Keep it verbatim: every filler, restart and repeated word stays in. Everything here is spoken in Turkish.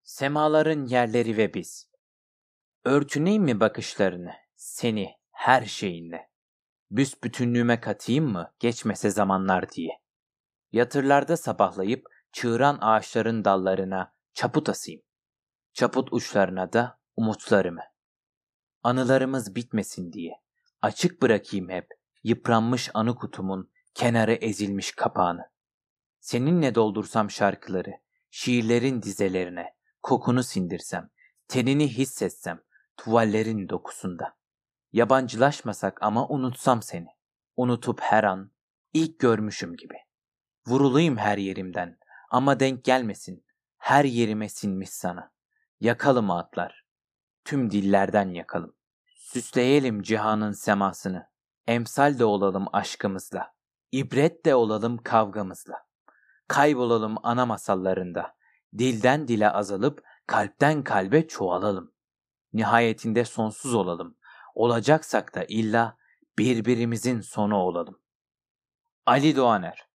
Semaların yerleri ve biz. Örtüneyim mi bakışlarını, seni, her şeyinle? Büsbütünlüğüme katayım mı, geçmese zamanlar diye? Yatırlarda sabahlayıp, çığıran ağaçların dallarına çaput asayım. Çaput uçlarına da umutlarımı. Anılarımız bitmesin diye, açık bırakayım hep, yıpranmış anı kutumun kenarı ezilmiş kapağını. Seninle doldursam şarkıları, şiirlerin dizelerine, kokunu sindirsem, tenini hissetsem, tuvallerin dokusunda. Yabancılaşmasak ama unutsam seni, unutup her an, ilk görmüşüm gibi. Vurulayım her yerimden ama denk gelmesin, her yerime sinmiş sana. Yakalım atlar, tüm dillerden yakalım. Süsleyelim cihanın semasını, emsal de olalım aşkımızla, ibret de olalım kavgamızla. Kaybolalım ana masallarında, dilden dile azalıp kalpten kalbe çoğalalım. Nihayetinde sonsuz olalım, olacaksak da illa birbirimizin sonu olalım. Ali Doğaner.